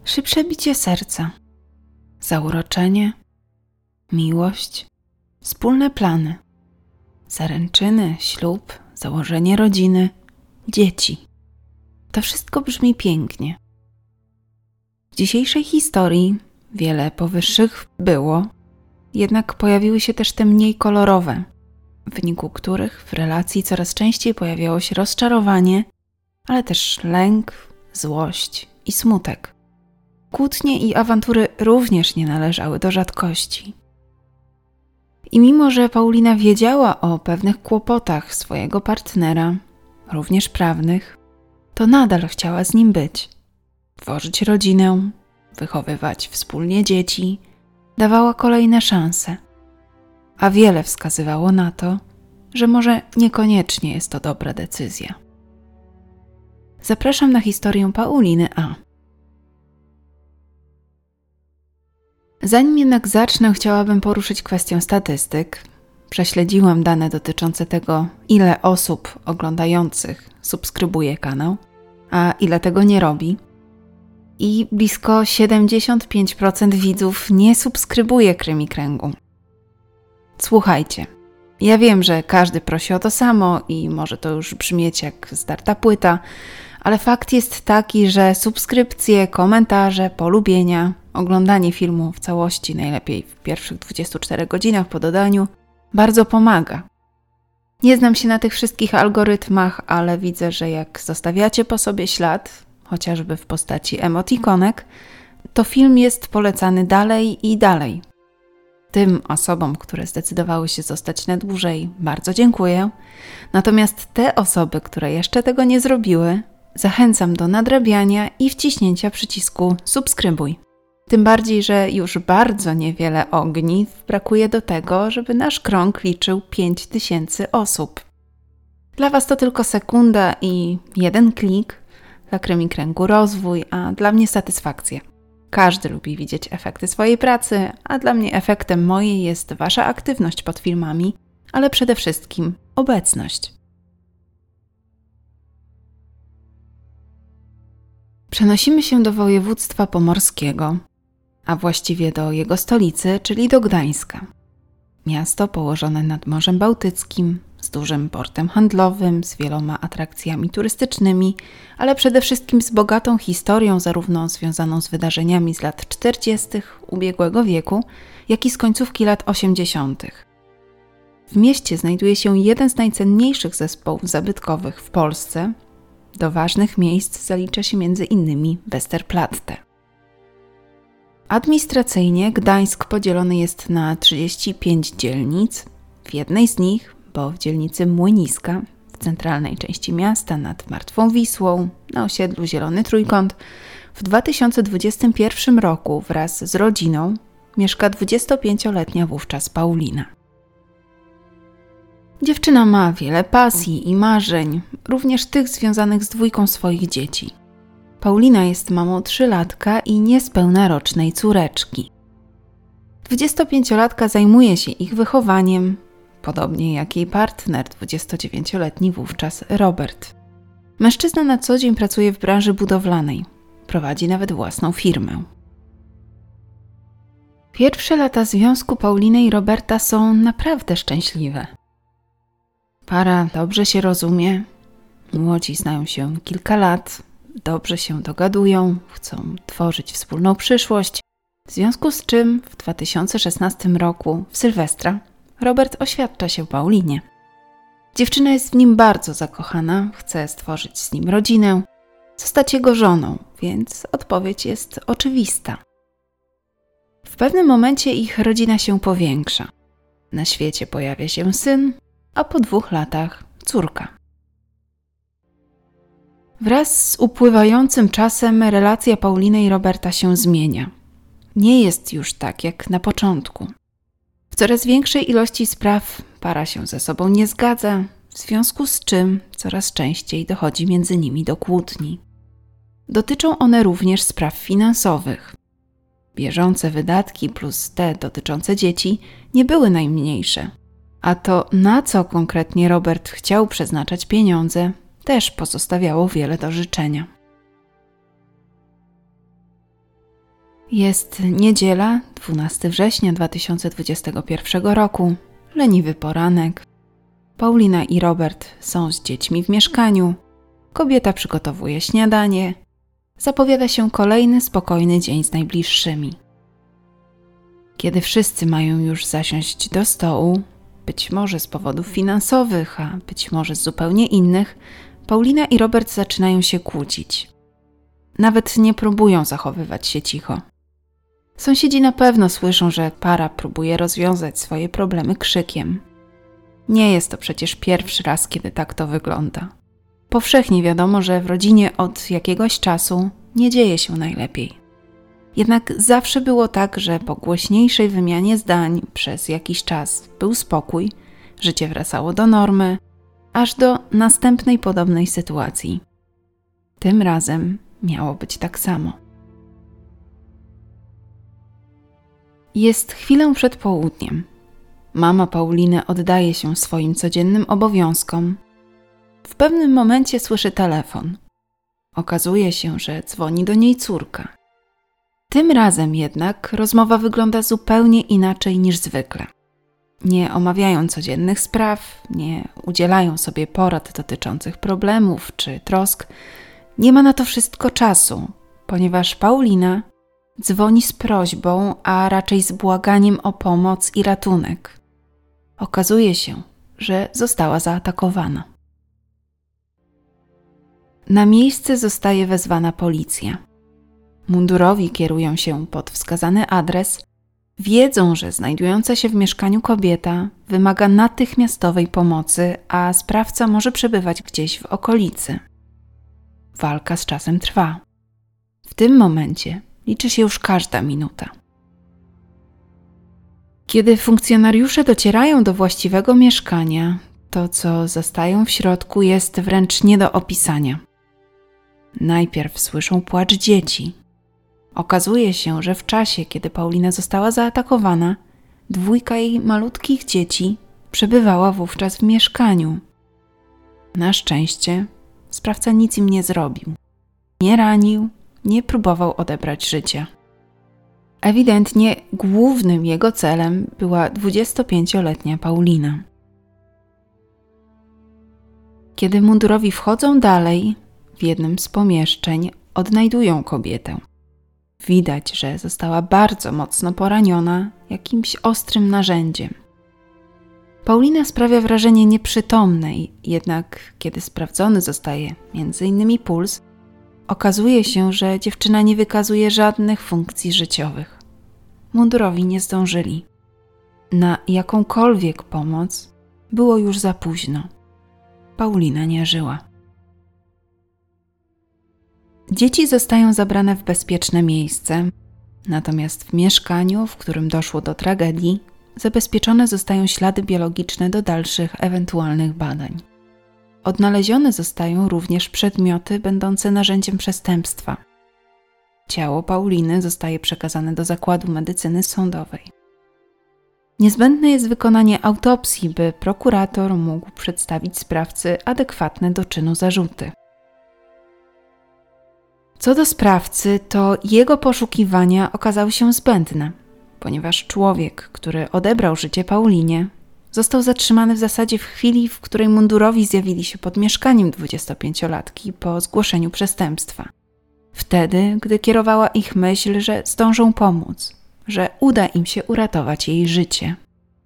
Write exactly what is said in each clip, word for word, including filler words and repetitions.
Szybsze bicie serca, zauroczenie, miłość, wspólne plany, zaręczyny, ślub, założenie rodziny, dzieci. To wszystko brzmi pięknie. W dzisiejszej historii wiele powyższych było, jednak pojawiły się też te mniej kolorowe, w wyniku których w relacji coraz częściej pojawiało się rozczarowanie, ale też lęk, złość i smutek. Kłótnie i awantury również nie należały do rzadkości. I mimo, że Paulina wiedziała o pewnych kłopotach swojego partnera, również prawnych, to nadal chciała z nim być. Tworzyć rodzinę, wychowywać wspólnie dzieci, dawała kolejne szanse. A wiele wskazywało na to, że może niekoniecznie jest to dobra decyzja. Zapraszam na historię Pauliny A. Zanim jednak zacznę, chciałabym poruszyć kwestię statystyk. Prześledziłam dane dotyczące tego, ile osób oglądających subskrybuje kanał, a ile tego nie robi. I blisko siedemdziesiąt pięć procent widzów nie subskrybuje Krymi Kręgu. Słuchajcie, ja wiem, że każdy prosi o to samo i może to już brzmieć jak zdarta płyta, ale fakt jest taki, że subskrypcje, komentarze, polubienia, oglądanie filmu w całości, najlepiej w pierwszych dwudziestu czterech godzinach po dodaniu, bardzo pomaga. Nie znam się na tych wszystkich algorytmach, ale widzę, że jak zostawiacie po sobie ślad, chociażby w postaci emotikonek, to film jest polecany dalej i dalej. Tym osobom, które zdecydowały się zostać na dłużej, bardzo dziękuję. Natomiast te osoby, które jeszcze tego nie zrobiły, zachęcam do nadrabiania i wciśnięcia przycisku subskrybuj. Tym bardziej, że już bardzo niewiele ogniw brakuje do tego, żeby nasz krąg liczył pięć tysięcy osób. Dla Was to tylko sekunda i jeden klik, dla Krymi Kręgu rozwój, a dla mnie satysfakcja. Każdy lubi widzieć efekty swojej pracy, a dla mnie efektem mojej jest Wasza aktywność pod filmami, ale przede wszystkim obecność. Przenosimy się do województwa pomorskiego, a właściwie do jego stolicy, czyli do Gdańska. Miasto położone nad Morzem Bałtyckim, z dużym portem handlowym, z wieloma atrakcjami turystycznymi, ale przede wszystkim z bogatą historią zarówno związaną z wydarzeniami z lat czterdziestych ubiegłego wieku, jak i z końcówki lat osiemdziesiątych. W mieście znajduje się jeden z najcenniejszych zespołów zabytkowych w Polsce. Do ważnych miejsc zalicza się między innymi Westerplatte. Administracyjnie Gdańsk podzielony jest na trzydzieści pięć dzielnic. W jednej z nich, bo w dzielnicy Młyniska, w centralnej części miasta nad Martwą Wisłą, na osiedlu Zielony Trójkąt, w dwa tysiące dwudziestym pierwszym roku wraz z rodziną mieszka dwudziestopięcioletnia wówczas Paulina. Dziewczyna ma wiele pasji i marzeń, również tych związanych z dwójką swoich dzieci. Paulina jest mamą trzylatka i niespełna rocznej córeczki. Dwudziestopięciolatka zajmuje się ich wychowaniem, podobnie jak jej partner, dwudziestodziewięcioletni wówczas Robert. Mężczyzna na co dzień pracuje w branży budowlanej, prowadzi nawet własną firmę. Pierwsze lata związku Pauliny i Roberta są naprawdę szczęśliwe. Para dobrze się rozumie, młodzi znają się kilka lat, dobrze się dogadują, chcą tworzyć wspólną przyszłość, w związku z czym w dwa tysiące szesnastym roku, w Sylwestra, Robert oświadcza się Paulinie. Dziewczyna jest w nim bardzo zakochana, chce stworzyć z nim rodzinę, zostać jego żoną, więc odpowiedź jest oczywista. W pewnym momencie ich rodzina się powiększa. Na świecie pojawia się syn, a po dwóch latach córka. Wraz z upływającym czasem relacja Pauliny i Roberta się zmienia. Nie jest już tak jak na początku. W coraz większej ilości spraw para się ze sobą nie zgadza, w związku z czym coraz częściej dochodzi między nimi do kłótni. Dotyczą one również spraw finansowych. Bieżące wydatki plus te dotyczące dzieci nie były najmniejsze, a to, na co konkretnie Robert chciał przeznaczać pieniądze, też pozostawiało wiele do życzenia. Jest niedziela, dwunastego września dwa tysiące dwudziestego pierwszego roku, leniwy poranek. Paulina i Robert są z dziećmi w mieszkaniu. Kobieta przygotowuje śniadanie. Zapowiada się kolejny spokojny dzień z najbliższymi. Kiedy wszyscy mają już zasiąść do stołu, być może z powodów finansowych, a być może z zupełnie innych, Paulina i Robert zaczynają się kłócić. Nawet nie próbują zachowywać się cicho. Sąsiedzi na pewno słyszą, że para próbuje rozwiązać swoje problemy krzykiem. Nie jest to przecież pierwszy raz, kiedy tak to wygląda. Powszechnie wiadomo, że w rodzinie od jakiegoś czasu nie dzieje się najlepiej. Jednak zawsze było tak, że po głośniejszej wymianie zdań przez jakiś czas był spokój, życie wracało do normy, aż do następnej podobnej sytuacji. Tym razem miało być tak samo. Jest chwilę przed południem. Mama Pauliny oddaje się swoim codziennym obowiązkom. W pewnym momencie słyszy telefon. Okazuje się, że dzwoni do niej córka. Tym razem jednak rozmowa wygląda zupełnie inaczej niż zwykle. Nie omawiają codziennych spraw, nie udzielają sobie porad dotyczących problemów czy trosk. Nie ma na to wszystko czasu, ponieważ Paulina dzwoni z prośbą, a raczej z błaganiem o pomoc i ratunek. Okazuje się, że została zaatakowana. Na miejsce zostaje wezwana policja. Mundurowi kierują się pod wskazany adres, wiedzą, że znajdująca się w mieszkaniu kobieta wymaga natychmiastowej pomocy, a sprawca może przebywać gdzieś w okolicy. Walka z czasem trwa. W tym momencie liczy się już każda minuta. Kiedy funkcjonariusze docierają do właściwego mieszkania, to co zastają w środku jest wręcz nie do opisania. Najpierw słyszą płacz dzieci. Okazuje się, że w czasie, kiedy Paulina została zaatakowana, dwójka jej malutkich dzieci przebywała wówczas w mieszkaniu. Na szczęście sprawca nic im nie zrobił. Nie ranił, nie próbował odebrać życia. Ewidentnie głównym jego celem była dwudziestopięcioletnia Paulina. Kiedy mundurowi wchodzą dalej, w jednym z pomieszczeń odnajdują kobietę. Widać, że została bardzo mocno poraniona jakimś ostrym narzędziem. Paulina sprawia wrażenie nieprzytomnej, jednak kiedy sprawdzony zostaje między innymi puls, okazuje się, że dziewczyna nie wykazuje żadnych funkcji życiowych. Mundurowi nie zdążyli. Na jakąkolwiek pomoc było już za późno. Paulina nie żyła. Dzieci zostają zabrane w bezpieczne miejsce, natomiast w mieszkaniu, w którym doszło do tragedii, zabezpieczone zostają ślady biologiczne do dalszych ewentualnych badań. Odnalezione zostają również przedmioty będące narzędziem przestępstwa. Ciało Pauliny zostaje przekazane do Zakładu Medycyny Sądowej. Niezbędne jest wykonanie autopsji, by prokurator mógł przedstawić sprawcy adekwatne do czynu zarzuty. Co do sprawcy, to jego poszukiwania okazały się zbędne, ponieważ człowiek, który odebrał życie Paulinie, został zatrzymany w zasadzie w chwili, w której mundurowi zjawili się pod mieszkaniem dwudziestopięciolatki po zgłoszeniu przestępstwa. Wtedy, gdy kierowała ich myśl, że zdążą pomóc, że uda im się uratować jej życie.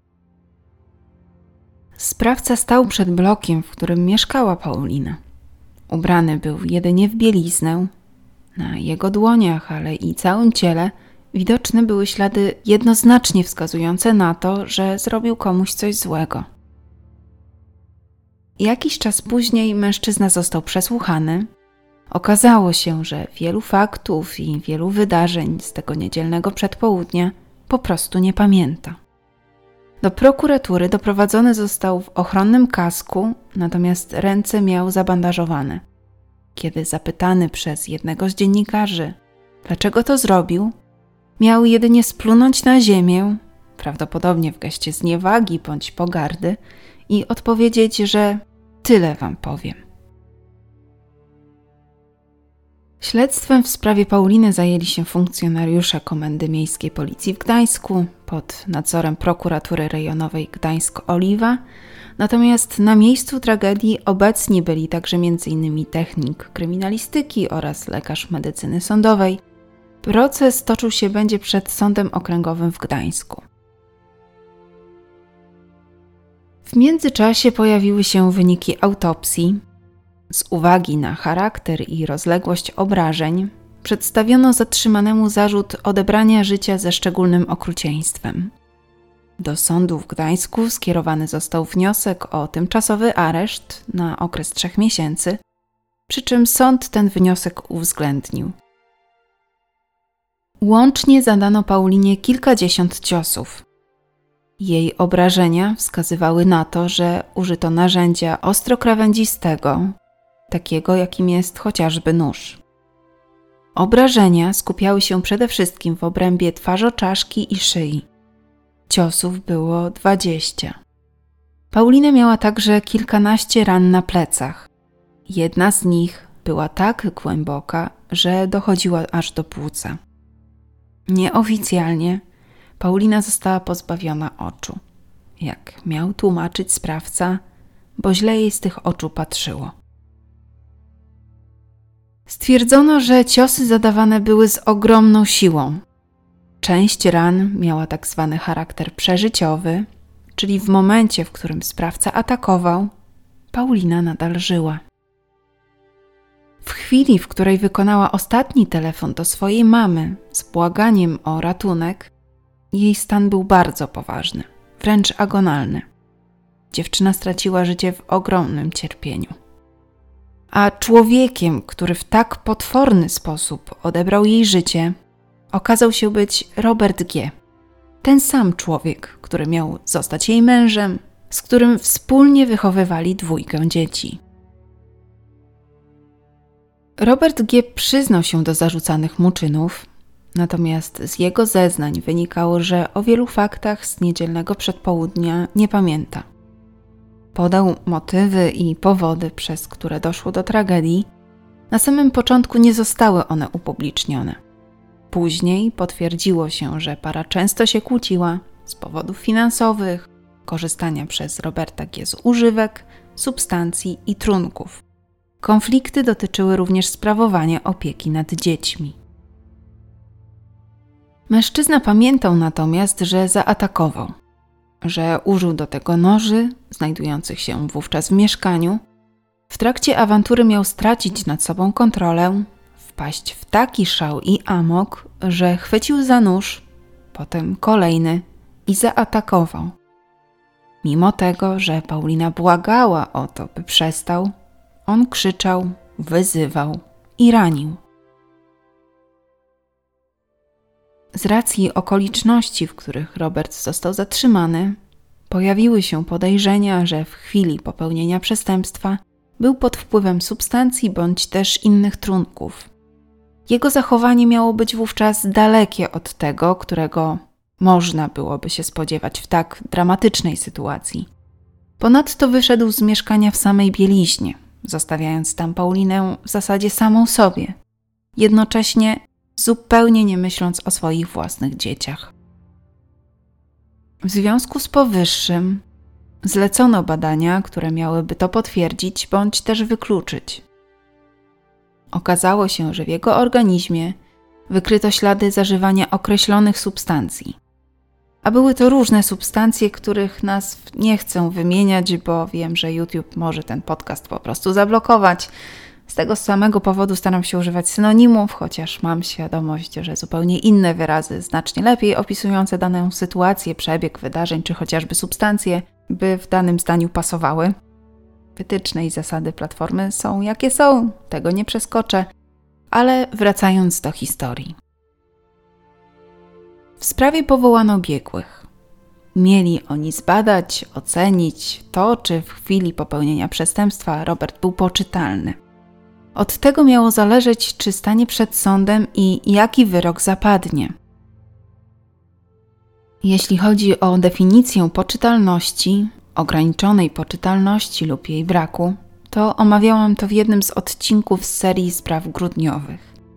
Sprawca stał przed blokiem, w którym mieszkała Paulina. Ubrany był jedynie w bieliznę. Na jego dłoniach, ale i całym ciele widoczne były ślady jednoznacznie wskazujące na to, że zrobił komuś coś złego. Jakiś czas później mężczyzna został przesłuchany. Okazało się, że wielu faktów i wielu wydarzeń z tego niedzielnego przedpołudnia po prostu nie pamięta. Do prokuratury doprowadzony został w ochronnym kasku, natomiast ręce miał zabandażowane. Kiedy zapytany przez jednego z dziennikarzy, dlaczego to zrobił, miał jedynie splunąć na ziemię, prawdopodobnie w geście zniewagi bądź pogardy, i odpowiedzieć, że tyle wam powiem. Śledztwem w sprawie Pauliny zajęli się funkcjonariusze Komendy Miejskiej Policji w Gdańsku pod nadzorem prokuratury rejonowej Gdańsk-Oliwa, natomiast na miejscu tragedii obecni byli także między innymi technik kryminalistyki oraz lekarz medycyny sądowej. Proces toczył się będzie przed Sądem Okręgowym w Gdańsku. W międzyczasie pojawiły się wyniki autopsji. Z uwagi na charakter i rozległość obrażeń przedstawiono zatrzymanemu zarzut odebrania życia ze szczególnym okrucieństwem. Do sądu w Gdańsku skierowany został wniosek o tymczasowy areszt na okres trzech miesięcy, przy czym sąd ten wniosek uwzględnił. Łącznie zadano Paulinie kilkadziesiąt ciosów. Jej obrażenia wskazywały na to, że użyto narzędzia ostrokrawędzistego, takiego jakim jest chociażby nóż. Obrażenia skupiały się przede wszystkim w obrębie twarzoczaszki i szyi. Ciosów było dwadzieścia. Paulina miała także kilkanaście ran na plecach. Jedna z nich była tak głęboka, że dochodziła aż do płuca. Nieoficjalnie Paulina została pozbawiona oczu. Jak miał tłumaczyć sprawca, bo źle jej z tych oczu patrzyło. Stwierdzono, że ciosy zadawane były z ogromną siłą. Część ran miała tak zwany charakter przeżyciowy, czyli w momencie, w którym sprawca atakował, Paulina nadal żyła. W chwili, w której wykonała ostatni telefon do swojej mamy z błaganiem o ratunek, jej stan był bardzo poważny, wręcz agonalny. Dziewczyna straciła życie w ogromnym cierpieniu. A człowiekiem, który w tak potworny sposób odebrał jej życie, okazał się być Robert G. Ten sam człowiek, który miał zostać jej mężem, z którym wspólnie wychowywali dwójkę dzieci. Robert G. przyznał się do zarzucanych mu czynów, natomiast z jego zeznań wynikało, że o wielu faktach z niedzielnego przedpołudnia nie pamięta. Podał motywy i powody, przez które doszło do tragedii. Na samym początku nie zostały one upublicznione. Później potwierdziło się, że para często się kłóciła z powodów finansowych, korzystania przez Roberta G. z używek, substancji i trunków. Konflikty dotyczyły również sprawowania opieki nad dziećmi. Mężczyzna pamiętał natomiast, że zaatakował, że użył do tego noży znajdujących się wówczas w mieszkaniu. W trakcie awantury miał stracić nad sobą kontrolę, wpaść w taki szał i amok, że chwycił za nóż, potem kolejny i zaatakował. Mimo tego, że Paulina błagała o to, by przestał, on krzyczał, wyzywał i ranił. Z racji okoliczności, w których Robert został zatrzymany, pojawiły się podejrzenia, że w chwili popełnienia przestępstwa był pod wpływem substancji bądź też innych trunków. Jego zachowanie miało być wówczas dalekie od tego, którego można byłoby się spodziewać w tak dramatycznej sytuacji. Ponadto wyszedł z mieszkania w samej bieliźnie, zostawiając tam Paulinę w zasadzie samą sobie, jednocześnie zupełnie nie myśląc o swoich własnych dzieciach. W związku z powyższym zlecono badania, które miałyby to potwierdzić bądź też wykluczyć. Okazało się, że w jego organizmie wykryto ślady zażywania określonych substancji. A były to różne substancje, których nazw nie chcę wymieniać, bo wiem, że YouTube może ten podcast po prostu zablokować. Z tego samego powodu staram się używać synonimów, chociaż mam świadomość, że zupełnie inne wyrazy, znacznie lepiej opisujące daną sytuację, przebieg wydarzeń czy chociażby substancje, by w danym zdaniu pasowały. Wytyczne i zasady platformy są jakie są, tego nie przeskoczę, ale wracając do historii. W sprawie powołano biegłych. Mieli oni zbadać, ocenić to, czy w chwili popełnienia przestępstwa Robert był poczytalny. Od tego miało zależeć, czy stanie przed sądem i jaki wyrok zapadnie. Jeśli chodzi o definicję poczytalności, ograniczonej poczytalności lub jej braku, to omawiałam to w jednym z odcinków z serii spraw grudniowych.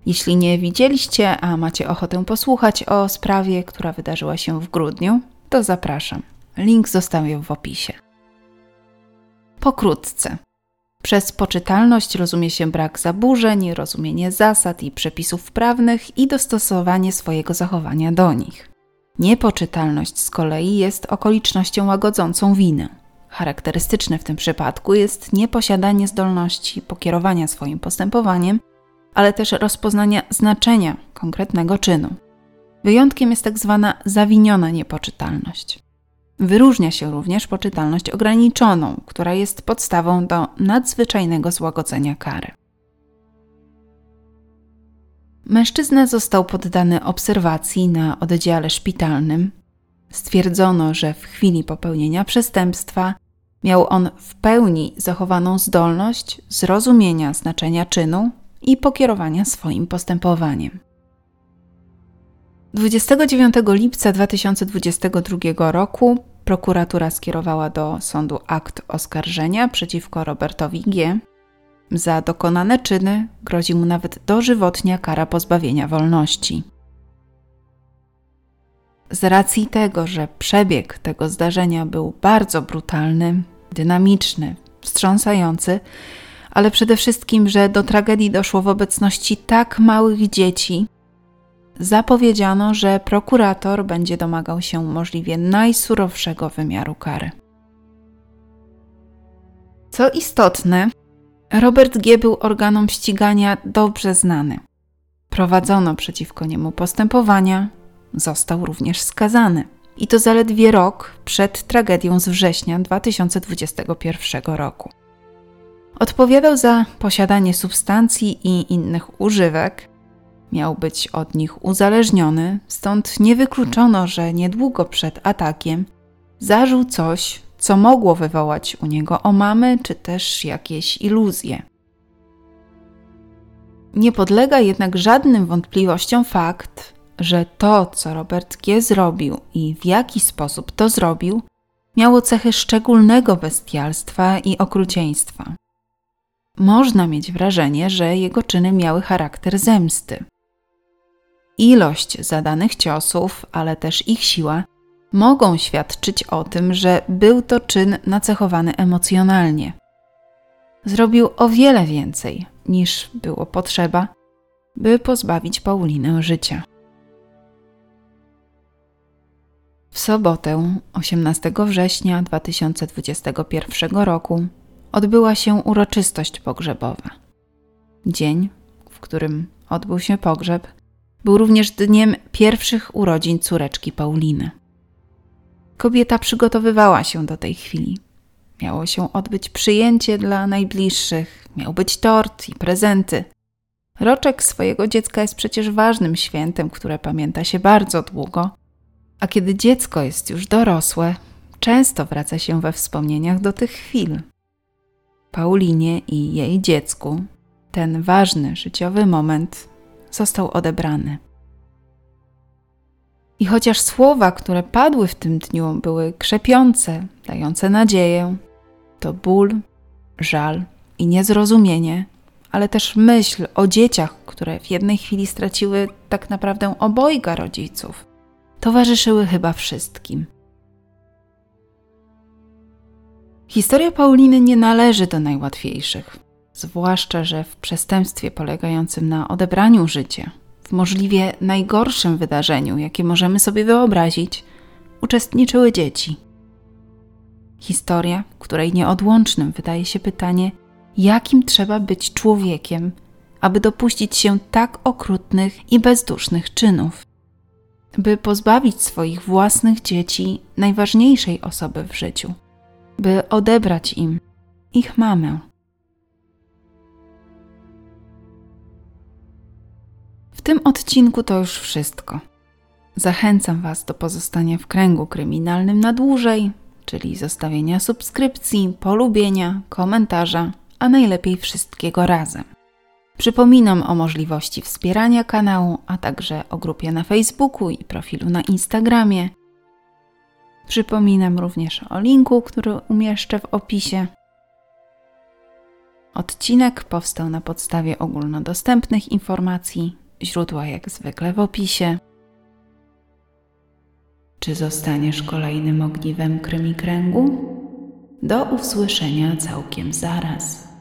Jeśli nie widzieliście, a macie ochotę posłuchać o sprawie, która wydarzyła się w grudniu, to zapraszam. Link zostawię w opisie. Pokrótce. Przez poczytalność rozumie się brak zaburzeń, rozumienie zasad i przepisów prawnych i dostosowanie swojego zachowania do nich. Niepoczytalność z kolei jest okolicznością łagodzącą winę. Charakterystyczne w tym przypadku jest nieposiadanie zdolności pokierowania swoim postępowaniem, ale też rozpoznania znaczenia konkretnego czynu. Wyjątkiem jest tak zwana zawiniona niepoczytalność. Wyróżnia się również poczytalność ograniczoną, która jest podstawą do nadzwyczajnego złagodzenia kary. Mężczyzna został poddany obserwacji na oddziale szpitalnym. Stwierdzono, że w chwili popełnienia przestępstwa miał on w pełni zachowaną zdolność zrozumienia znaczenia czynu i pokierowania swoim postępowaniem. dwudziestego dziewiątego lipca dwa tysiące dwudziestego drugiego roku prokuratura skierowała do sądu akt oskarżenia przeciwko Robertowi G. Za dokonane czyny grozi mu nawet dożywotnia kara pozbawienia wolności. Z racji tego, że przebieg tego zdarzenia był bardzo brutalny, dynamiczny, wstrząsający, ale przede wszystkim, że do tragedii doszło w obecności tak małych dzieci, zapowiedziano, że prokurator będzie domagał się możliwie najsurowszego wymiaru kary. Co istotne, Robert G. był organom ścigania dobrze znany. Prowadzono przeciwko niemu postępowania, został również skazany. I to zaledwie rok przed tragedią z września dwa tysiące dwudziestego pierwszego roku. Odpowiadał za posiadanie substancji i innych używek, miał być od nich uzależniony, stąd nie wykluczono, że niedługo przed atakiem zażył coś, co mogło wywołać u niego omamy czy też jakieś iluzje. Nie podlega jednak żadnym wątpliwościom fakt, że to, co Robert G. zrobił i w jaki sposób to zrobił, miało cechy szczególnego bestialstwa i okrucieństwa. Można mieć wrażenie, że jego czyny miały charakter zemsty. Ilość zadanych ciosów, ale też ich siła mogą świadczyć o tym, że był to czyn nacechowany emocjonalnie. Zrobił o wiele więcej, niż było potrzeba, by pozbawić Paulinę życia. W sobotę, osiemnastego września dwa tysiące dwudziestego pierwszego roku, odbyła się uroczystość pogrzebowa. Dzień, w którym odbył się pogrzeb, był również dniem pierwszych urodzin córeczki Pauliny. Kobieta przygotowywała się do tej chwili. Miało się odbyć przyjęcie dla najbliższych, miał być tort i prezenty. Roczek swojego dziecka jest przecież ważnym świętem, które pamięta się bardzo długo, a kiedy dziecko jest już dorosłe, często wraca się we wspomnieniach do tych chwil. Paulinie i jej dziecku ten ważny życiowy moment został odebrany. I chociaż słowa, które padły w tym dniu, były krzepiące, dające nadzieję, to ból, żal i niezrozumienie, ale też myśl o dzieciach, które w jednej chwili straciły tak naprawdę obojga rodziców, towarzyszyły chyba wszystkim. Historia Pauliny nie należy do najłatwiejszych, zwłaszcza że w przestępstwie polegającym na odebraniu życia, w możliwie najgorszym wydarzeniu, jakie możemy sobie wyobrazić, uczestniczyły dzieci. Historia, w której nieodłącznym wydaje się pytanie, jakim trzeba być człowiekiem, aby dopuścić się tak okrutnych i bezdusznych czynów, by pozbawić swoich własnych dzieci najważniejszej osoby w życiu, by odebrać im ich mamę. W tym odcinku to już wszystko. Zachęcam Was do pozostania w kręgu kryminalnym na dłużej, czyli zostawienia subskrypcji, polubienia, komentarza, a najlepiej wszystkiego razem. Przypominam o możliwości wspierania kanału, a także o grupie na Facebooku i profilu na Instagramie. Przypominam również o linku, który umieszczę w opisie. Odcinek powstał na podstawie ogólnodostępnych informacji, źródła jak zwykle w opisie. Czy zostaniesz kolejnym ogniwem Krymi Kręgu? Do usłyszenia całkiem zaraz.